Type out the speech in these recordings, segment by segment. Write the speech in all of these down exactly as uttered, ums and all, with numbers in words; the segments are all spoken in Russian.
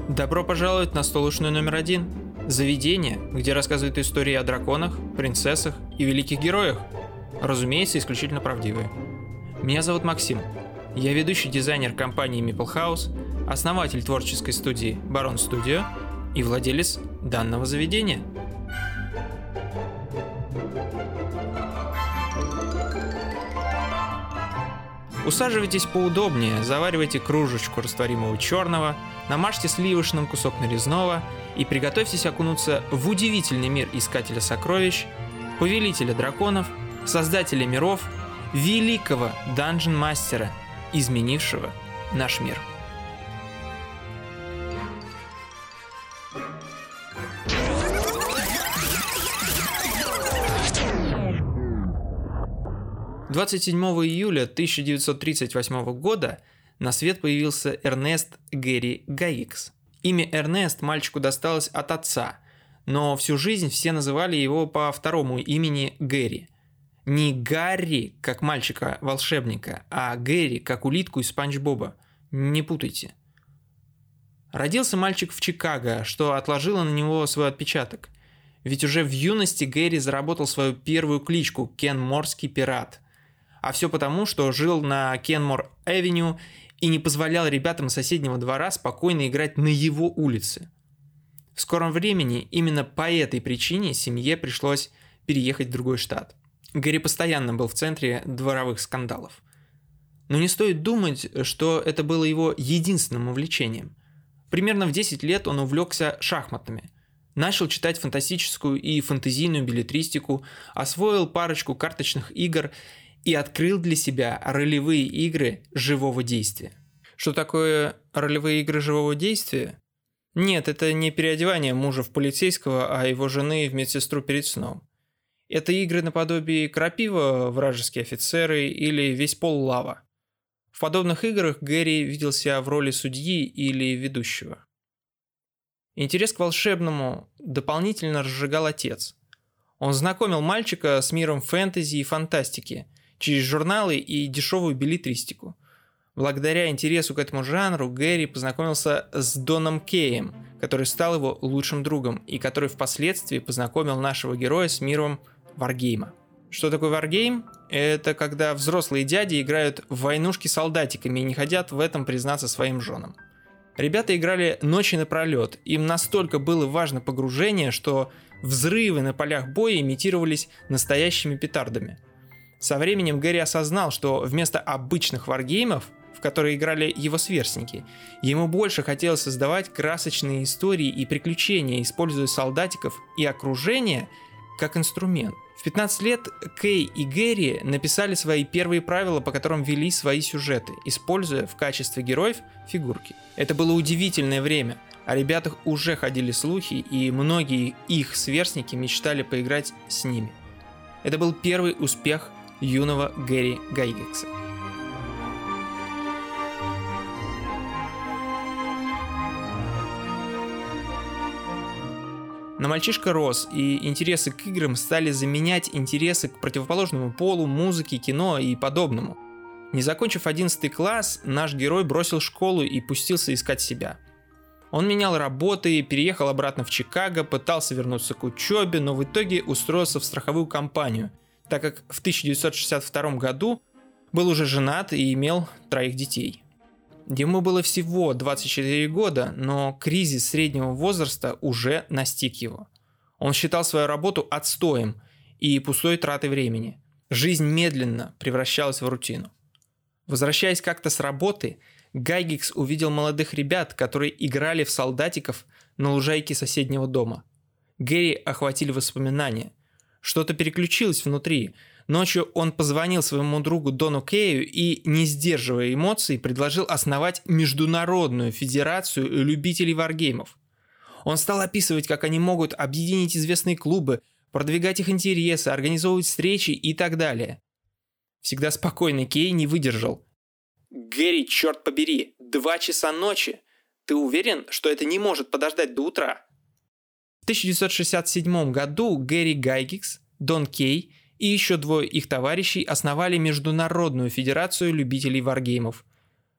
Добро пожаловать на столушную номер один. Заведение, где рассказывают истории о драконах, принцессах и великих героях. Разумеется, исключительно правдивые. Меня зовут Максим. Я ведущий дизайнер компании Meeple House, основатель творческой студии Baron Studio и владелец данного заведения. Усаживайтесь поудобнее, заваривайте кружечку растворимого черного, намажьте сливочным кусок нарезного и приготовьтесь окунуться в удивительный мир искателя сокровищ, повелителя драконов, создателя миров, великого данжен-мастера, изменившего наш мир. двадцать седьмого июля тысяча девятьсот тридцать восьмого года на свет появился Эрнест Гэри Гайгикс. Имя Эрнест мальчику досталось от отца, но всю жизнь все называли его по второму имени Гэри. Не Гарри, как мальчика-волшебника, а Гэри, как улитку из Спанч Боба. Не путайте. Родился мальчик в Чикаго, что отложило на него свой отпечаток. Ведь уже в юности Гэри заработал свою первую кличку – Кенморский пират. А все потому, что жил на Кенмор-авеню и не позволял ребятам соседнего двора спокойно играть на его улице. В скором времени именно по этой причине семье пришлось переехать в другой штат. Гэри постоянно был в центре дворовых скандалов. Но не стоит думать, что это было его единственным увлечением. Примерно в десять лет он увлекся шахматами. Начал читать фантастическую и фэнтезийную беллетристику, освоил парочку карточных игр и открыл для себя ролевые игры живого действия. Что такое ролевые игры живого действия? Нет, это не переодевание мужа в полицейского, а его жены в медсестру перед сном. Это игры наподобие крапива, вражеские офицеры или весь пол лава. В подобных играх Гэри видел себя в роли судьи или ведущего. Интерес к волшебному дополнительно разжигал отец. Он знакомил мальчика с миром фэнтези и фантастики через журналы и дешевую беллетристику. Благодаря интересу к этому жанру Гэри познакомился с Доном Кеем, который стал его лучшим другом и который впоследствии познакомил нашего героя с миром варгейма. Что такое варгейм? Это когда взрослые дяди играют в войнушки с солдатиками и не хотят в этом признаться своим женам. Ребята играли ночи напролет, им настолько было важно погружение, что взрывы на полях боя имитировались настоящими петардами. Со временем Гэри осознал, что вместо обычных варгеймов, в которые играли его сверстники, ему больше хотелось создавать красочные истории и приключения, используя солдатиков и окружение как инструмент. В пятнадцать лет Кей и Гэри написали свои первые правила, по которым вели свои сюжеты, используя в качестве героев фигурки. Это было удивительное время. О ребятах уже ходили слухи, и многие их сверстники мечтали поиграть с ними. Это был первый успех юного Гэри Гайгикса. Но мальчишка рос, и интересы к играм стали заменять интересы к противоположному полу, музыке, кино и подобному. Не закончив одиннадцатый класс, наш герой бросил школу и пустился искать себя. Он менял работы, переехал обратно в Чикаго, пытался вернуться к учебе, но в итоге устроился в страховую компанию, так как в тысяча девятьсот шестьдесят втором году был уже женат и имел троих детей. Ему было всего двадцать четыре года, но кризис среднего возраста уже настиг его. Он считал свою работу отстоем и пустой тратой времени. Жизнь медленно превращалась в рутину. Возвращаясь как-то с работы, Гайгикс увидел молодых ребят, которые играли в солдатиков на лужайке соседнего дома. Гэри охватили воспоминания. Что-то переключилось внутри. Ночью он позвонил своему другу Дону Кею и, не сдерживая эмоций, предложил основать Международную федерацию любителей варгеймов. Он стал описывать, как они могут объединить известные клубы, продвигать их интересы, организовывать встречи и так далее. Всегда спокойный Кей не выдержал. «Гэри, черт побери, два часа ночи! Ты уверен, что это не может подождать до утра?» В тысяча девятьсот шестьдесят седьмом году Гэри Гайгикс, Дон Кей и еще двое их товарищей основали Международную федерацию любителей варгеймов.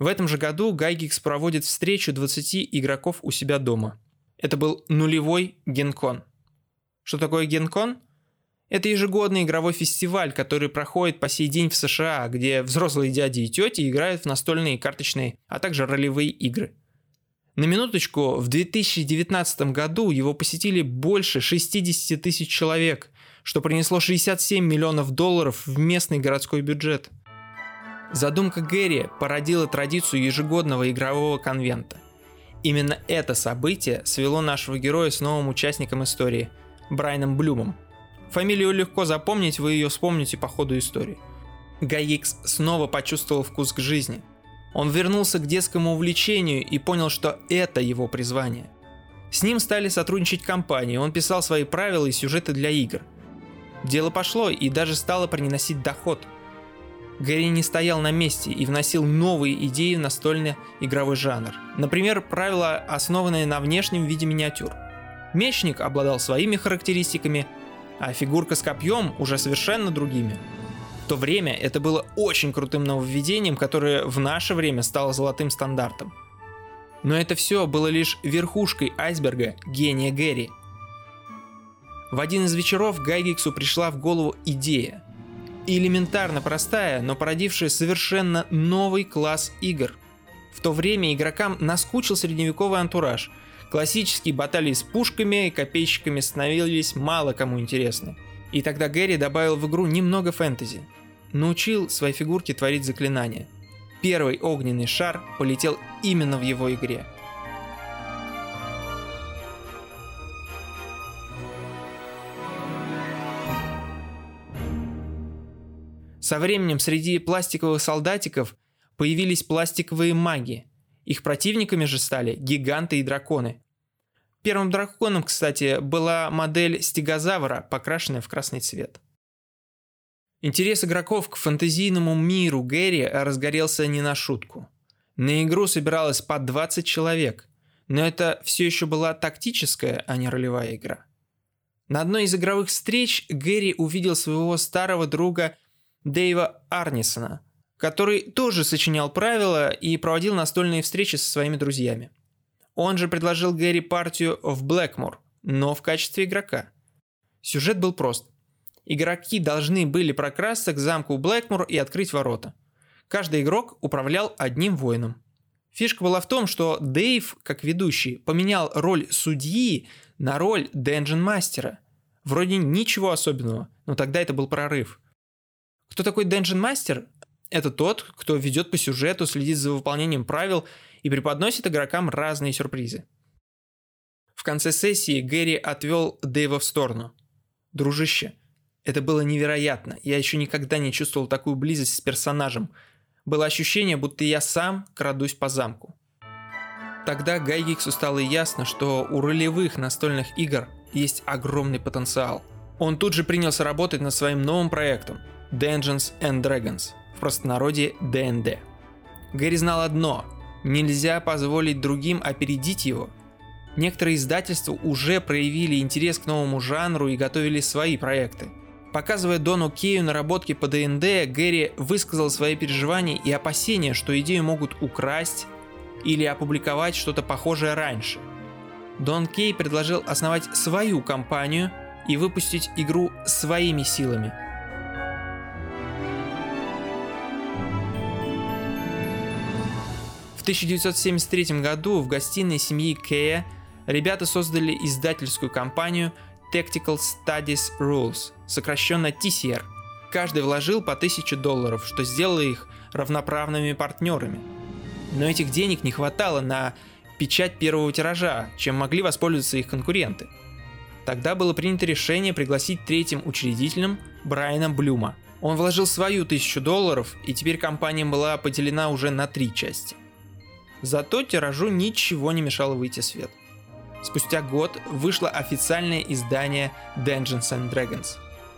В этом же году Gygax проводит встречу двадцати игроков у себя дома. Это был нулевой Gen-Con. Что такое Gen-Con? Это ежегодный игровой фестиваль, который проходит по сей день в США, где взрослые дяди и тети играют в настольные, карточные, а также ролевые игры. На минуточку, в две тысячи девятнадцатом году его посетили больше шестьдесят тысяч человек, что принесло шестьдесят семь миллионов долларов в местный городской бюджет. Задумка Гэри породила традицию ежегодного игрового конвента. Именно это событие свело нашего героя с новым участником истории – Брайаном Блюмом. Фамилию легко запомнить, вы ее вспомните по ходу истории. Gygax снова почувствовал вкус к жизни. Он вернулся к детскому увлечению и понял, что это его призвание. С ним стали сотрудничать компании, он писал свои правила и сюжеты для игр. Дело пошло и даже стало приносить доход. Гэри не стоял на месте и вносил новые идеи в настольный игровой жанр. Например, правила, основанные на внешнем виде миниатюр. Мечник обладал своими характеристиками, а фигурка с копьем уже совершенно другими. В то время это было очень крутым нововведением, которое в наше время стало золотым стандартом. Но это все было лишь верхушкой айсберга гения Гэри. В один из вечеров Gygax'у пришла в голову идея. Элементарно простая, но породившая совершенно новый класс игр. В то время игрокам наскучил средневековый антураж. Классические баталии с пушками и копейщиками становились мало кому интересны. И тогда Гэри добавил в игру немного фэнтези. Научил свои фигурки творить заклинания. Первый огненный шар полетел именно в его игре. Со временем среди пластиковых солдатиков появились пластиковые маги. Их противниками же стали гиганты и драконы. Первым драконом, кстати, была модель стегозавра, покрашенная в красный цвет. Интерес игроков к фэнтезийному миру Гэри разгорелся не на шутку. На игру собиралось по двадцать человек, но это все еще была тактическая, а не ролевая игра. На одной из игровых встреч Гэри увидел своего старого друга Дэйва Арнисона, который тоже сочинял правила и проводил настольные встречи со своими друзьями. Он же предложил Гэри партию в Блэкмор, но в качестве игрока. Сюжет был прост. Игроки должны были прокрасться к замку Блэкмор и открыть ворота. Каждый игрок управлял одним воином. Фишка была в том, что Дэйв, как ведущий, поменял роль судьи на роль Dungeon-мастера. Вроде ничего особенного, но тогда это был прорыв. Кто такой Dungeon-мастер? Это тот, кто ведет по сюжету, следит за выполнением правил и преподносит игрокам разные сюрпризы. В конце сессии Гэри отвел Дэйва в сторону. «Дружище, это было невероятно. Я еще никогда не чувствовал такую близость с персонажем. Было ощущение, будто я сам крадусь по замку». Тогда Gygax'у стало ясно, что у ролевых настольных игр есть огромный потенциал. Он тут же принялся работать над своим новым проектом – Dungeons and Dragons, в простонародье ди энд ди. Гэри знал одно – нельзя позволить другим опередить его. Некоторые издательства уже проявили интерес к новому жанру и готовили свои проекты. Показывая Дону Кею наработки по ди энд ди, Гэри высказал свои переживания и опасения, что идею могут украсть или опубликовать что-то похожее раньше. Дон Кей предложил основать свою компанию и выпустить игру своими силами. В тысяча девятьсот семьдесят третьем году в гостиной семьи Кея ребята создали издательскую компанию Tactical Studies Rules, сокращенно ти си ар. Каждый вложил по тысяче долларов, что сделало их равноправными партнерами. Но этих денег не хватало на печать первого тиража, чем могли воспользоваться их конкуренты. Тогда было принято решение пригласить третьим учредителем Брайана Блюма. Он вложил свою тысячу долларов, и теперь компания была поделена уже на три части. Зато тиражу ничего не мешало выйти в свет. Спустя год вышло официальное издание Dungeons and Dragons.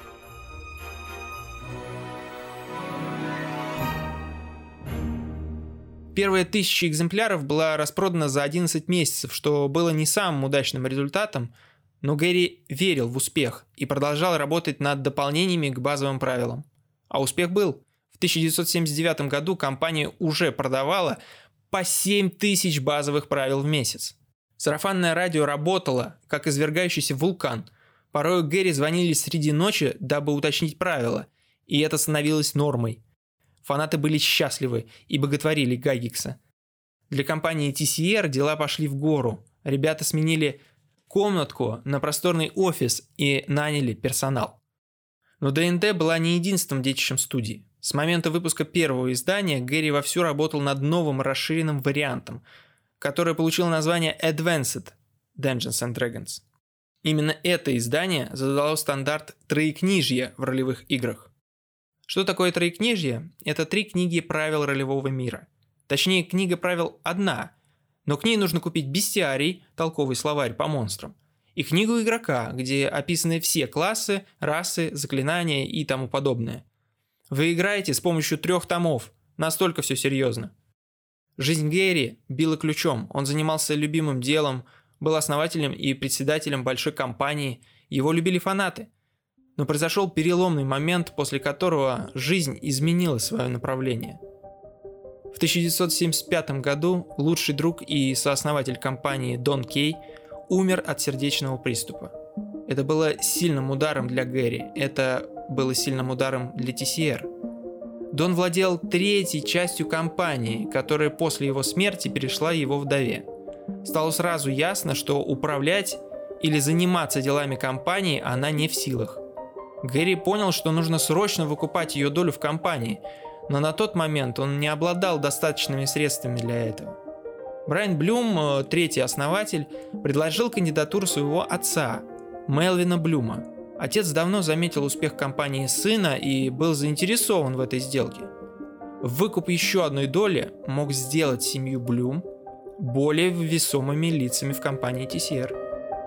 Первая тысяча экземпляров была распродана за одиннадцать месяцев, что было не самым удачным результатом, но Гэри верил в успех и продолжал работать над дополнениями к базовым правилам. А успех был. В В тысяча девятьсот семьдесят девятом году компания уже продавала по семь тысяч базовых правил в месяц. Сарафанное радио работало, как извергающийся вулкан. Порой Гэри звонили среди ночи, дабы уточнить правила, и это становилось нормой. Фанаты были счастливы и боготворили Гайгикса. Для компании ти си ар дела пошли в гору. Ребята сменили комнатку на просторный офис и наняли персонал. Но ди энд ди была не единственным детищем студии. С момента выпуска первого издания Гэри вовсю работал над новым расширенным вариантом, который получил название Advanced Dungeons and Dragons. Именно это издание задало стандарт троекнижья в ролевых играх. Что такое троекнижье? Это три книги правил ролевого мира. Точнее, книга правил одна, но к ней нужно купить бестиарий, толковый словарь по монстрам, и книгу игрока, где описаны все классы, расы, заклинания и тому подобное. Вы играете с помощью трех томов, настолько все серьезно. Жизнь Гэри била ключом, он занимался любимым делом, был основателем и председателем большой компании, его любили фанаты. Но произошел переломный момент, после которого жизнь изменила свое направление. В тысяча девятьсот семьдесят пятом году лучший друг и сооснователь компании Дон Кей умер от сердечного приступа. Это было сильным ударом для Гэри, это было сильным ударом для ти си ар. Дон владел третьей частью компании, которая после его смерти перешла его вдове. Стало сразу ясно, что управлять или заниматься делами компании она не в силах. Гэри понял, что нужно срочно выкупать ее долю в компании, но на тот момент он не обладал достаточными средствами для этого. Брайан Блюм, третий основатель, предложил кандидатуру своего отца, Мелвина Блюма. Отец давно заметил успех компании сына и был заинтересован в этой сделке. Выкуп еще одной доли мог сделать семью Блюм более весомыми лицами в компании ти си ар.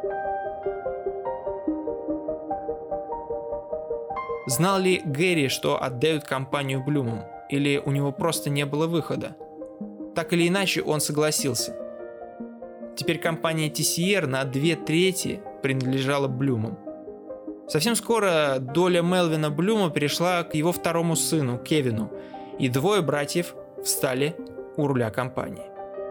Знал ли Гэри, что отдают компанию Блюмам, или у него просто не было выхода? Так или иначе, он согласился. Теперь компания ти си ар на две трети принадлежала Блюмам. Совсем скоро доля Мелвина Блюма перешла к его второму сыну, Кевину, и двое братьев встали у руля компании.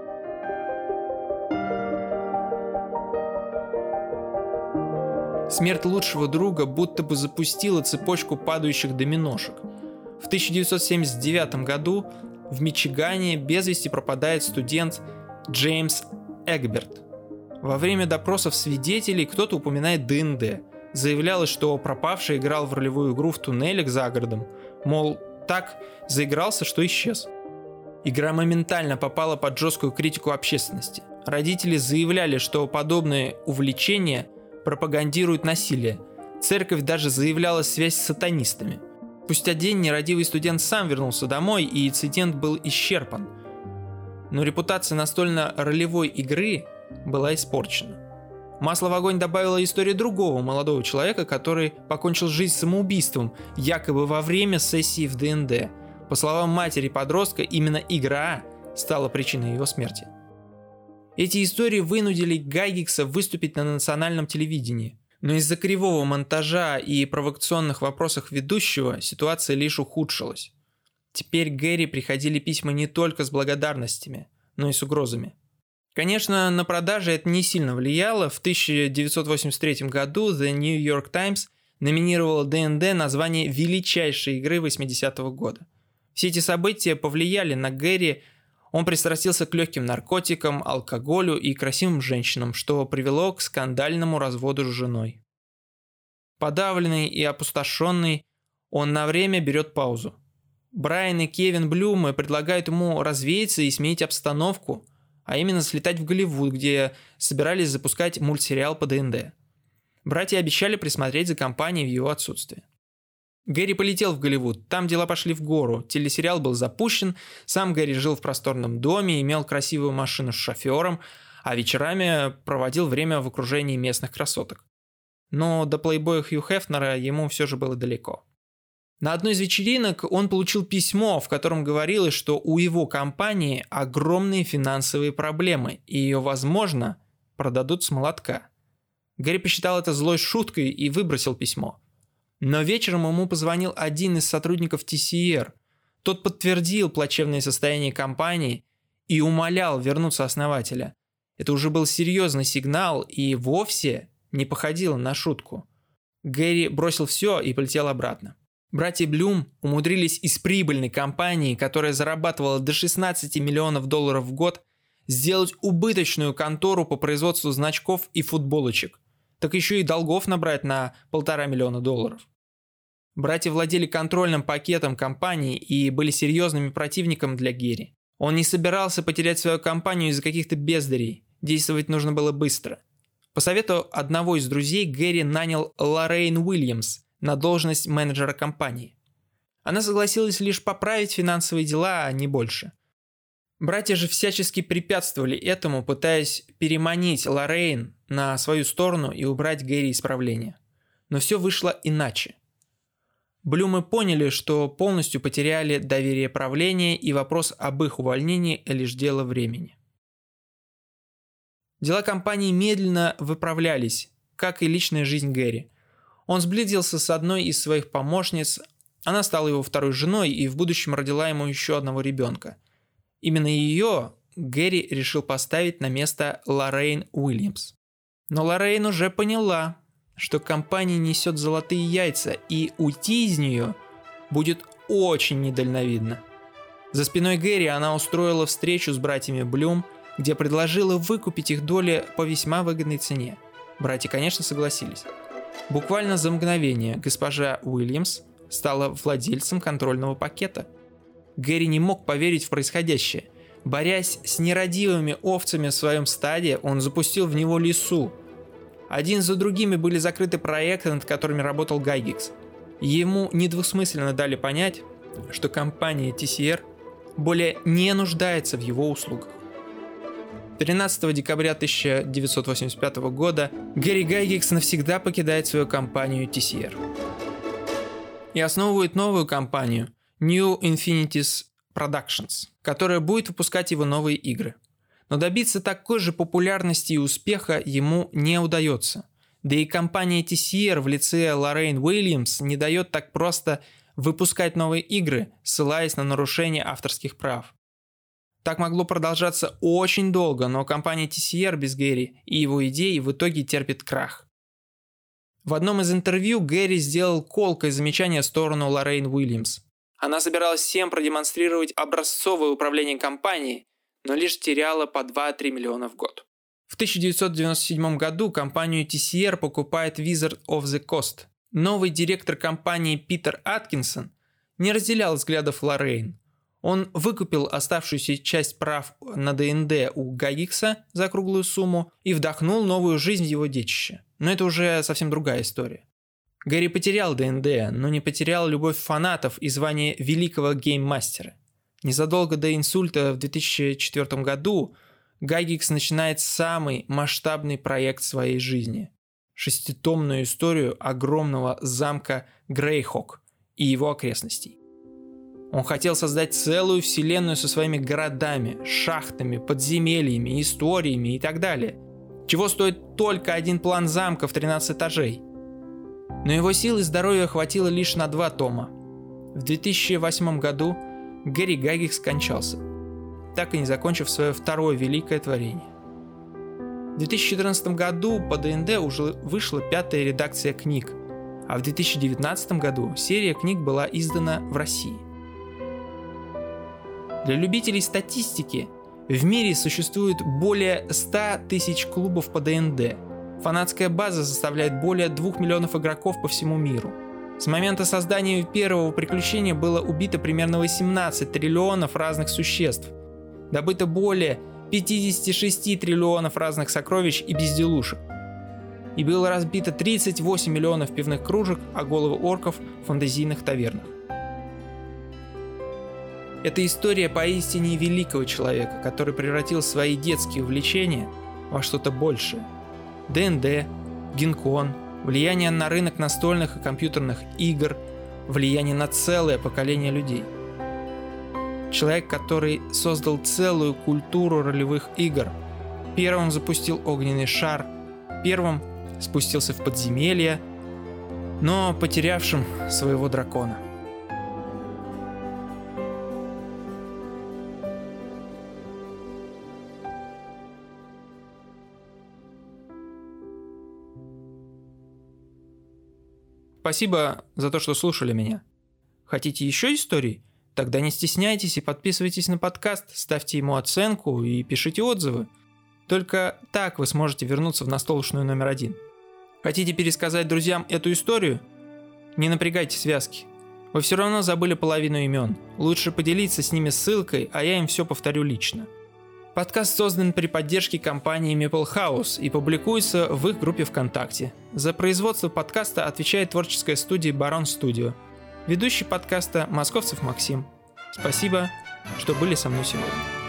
Смерть лучшего друга будто бы запустила цепочку падающих доминошек. В тысяча девятьсот семьдесят девятом году в Мичигане без вести пропадает студент Джеймс Эгберт. Во время допросов свидетелей кто-то упоминает ди энд ди. Заявлялось, что пропавший играл в ролевую игру в туннелях за городом, мол, так заигрался, что исчез. Игра моментально попала под жесткую критику общественности. Родители заявляли, что подобные увлечения пропагандируют насилие. Церковь даже заявляла связь с сатанистами. Спустя день нерадивый студент сам вернулся домой, и инцидент был исчерпан. Но репутация настольно-ролевой игры была испорчена. Масло в огонь добавила история другого молодого человека, который покончил жизнь самоубийством, якобы во время сессии в ди энд ди. По словам матери подростка, именно игра стала причиной его смерти. Эти истории вынудили Гайгикса выступить на национальном телевидении. Но из-за кривого монтажа и провокационных вопросов ведущего ситуация лишь ухудшилась. Теперь Гэри приходили письма не только с благодарностями, но и с угрозами. Конечно, на продажи это не сильно влияло. В тысяча девятьсот восемьдесят третьем году The New York Times номинировала ди энд ди на звание величайшей игры восьмидесятого года. Все эти события повлияли на Гэри. Он пристрастился к легким наркотикам, алкоголю и красивым женщинам, что привело к скандальному разводу с женой. Подавленный и опустошенный, он на время берет паузу. Брайан и Кевин Блюмы предлагают ему развеяться и сменить обстановку, а именно слетать в Голливуд, где собирались запускать мультсериал по ди энд ди. Братья обещали присмотреть за компанией в его отсутствие. Гэри полетел в Голливуд, там дела пошли в гору, телесериал был запущен, сам Гэри жил в просторном доме, имел красивую машину с шофером, а вечерами проводил время в окружении местных красоток. Но до плейбоя Хью Хефнера ему все же было далеко. На одной из вечеринок он получил письмо, в котором говорилось, что у его компании огромные финансовые проблемы, и ее, возможно, продадут с молотка. Гэри посчитал это злой шуткой и выбросил письмо. Но вечером ему позвонил один из сотрудников ти си ар. Тот подтвердил плачевное состояние компании и умолял вернуться основателя. Это уже был серьезный сигнал и вовсе не походило на шутку. Гэри бросил все и полетел обратно. Братья Блюм умудрились из прибыльной компании, которая зарабатывала до шестнадцати миллионов долларов в год, сделать убыточную контору по производству значков и футболочек. Так еще и долгов набрать на полтора миллиона долларов. Братья владели контрольным пакетом компании и были серьезными противником для Гэри. Он не собирался потерять свою компанию из-за каких-то бездарей. Действовать нужно было быстро. По совету одного из друзей Гэри нанял Лоррейн Уильямс на должность менеджера компании. Она согласилась лишь поправить финансовые дела, а не больше. Братья же всячески препятствовали этому, пытаясь переманить Лоррейн на свою сторону и убрать Гэри из правления. Но все вышло иначе. Блюмы поняли, что полностью потеряли доверие правления, и вопрос об их увольнении лишь дело времени. Дела компании медленно выправлялись, как и личная жизнь Гэри. Он сблизился с одной из своих помощниц, она стала его второй женой и в будущем родила ему еще одного ребенка. Именно ее Гэри решил поставить на место Лоррейн Уильямс. Но Лоррейн уже поняла, что компания несет золотые яйца, и уйти из нее будет очень недальновидно. За спиной Гэри она устроила встречу с братьями Блюм, где предложила выкупить их доли по весьма выгодной цене. Братья, конечно, согласились. Буквально за мгновение госпожа Уильямс стала владельцем контрольного пакета. Гэри не мог поверить в происходящее. Борясь с нерадивыми овцами в своем стаде, он запустил в него лису. Один за другими были закрыты проекты, над которыми работал Гайгикс. Ему недвусмысленно дали понять, что компания ти си ар более не нуждается в его услугах. тринадцатого декабря тысяча девятьсот восемьдесят пятого года Гэри Гайгикс навсегда покидает свою компанию ти си ар и основывает новую компанию New Infinities Productions, которая будет выпускать его новые игры. Но добиться такой же популярности и успеха ему не удается. Да и компания ти си ар в лице Лоррейн Уильямс не дает так просто выпускать новые игры, ссылаясь на нарушение авторских прав. Так могло продолжаться очень долго, но компания ти си ар без Гэри и его идей в итоге терпит крах. В одном из интервью Гэри сделал колкое замечание в сторону Лоррейн Уильямс. Она собиралась всем продемонстрировать образцовое управление компанией, но лишь теряла по два-три миллиона в год. В тысяча девятьсот девяносто седьмом году компанию ти си ар покупает Wizard of the Coast. Новый директор компании Питер Аткинсон не разделял взглядов Лоррейн. Он выкупил оставшуюся часть прав на ди энд ди у Гайгикса за круглую сумму и вдохнул новую жизнь в его детище. Но это уже совсем другая история. Гэри потерял ди энд ди, но не потерял любовь фанатов и звание великого гейммастера. Незадолго до инсульта в две тысячи четвёртом году Гайгикс начинает самый масштабный проект своей жизни – шеститомную историю огромного замка Грейхок и его окрестностей. Он хотел создать целую вселенную со своими городами, шахтами, подземельями, историями и так далее. Чего стоит только один план замка в тринадцать этажей. Но его сил и здоровья хватило лишь на два тома. В две тысячи восьмом году Гэри Гайгикс скончался, так и не закончив свое второе великое творение. В две тысячи четырнадцатом году по ди энд ди уже вышла пятая редакция книг, а в две тысячи девятнадцатом году серия книг была издана в России. Для любителей статистики в мире существует более ста тысяч клубов по ди энд ди. Фанатская база составляет более двух миллионов игроков по всему миру. С момента создания первого приключения было убито примерно восемнадцать триллионов разных существ. Добыто более пятьдесят шесть триллионов разных сокровищ и безделушек. И было разбито тридцать восемь миллионов пивных кружек о головы орков в фэнтезийных тавернах. Это история поистине великого человека, который превратил свои детские увлечения во что-то большее. ди энд ди, Гинкон, влияние на рынок настольных и компьютерных игр, влияние на целое поколение людей. Человек, который создал целую культуру ролевых игр, первым запустил огненный шар, первым спустился в подземелье, но потерявшим своего дракона. Спасибо за то, что слушали меня. Хотите еще историй? Тогда не стесняйтесь и подписывайтесь на подкаст, ставьте ему оценку и пишите отзывы. Только так вы сможете вернуться в настолочную номер один. Хотите пересказать друзьям эту историю? Не напрягайте связки. Вы все равно забыли половину имен. Лучше поделиться с ними ссылкой, а я им все повторю лично. Подкаст создан при поддержке компании Meeple House и публикуется в их группе ВКонтакте. За производство подкаста отвечает творческая студия Барон Студио. Ведущий подкаста Московцев Максим. Спасибо, что были со мной сегодня.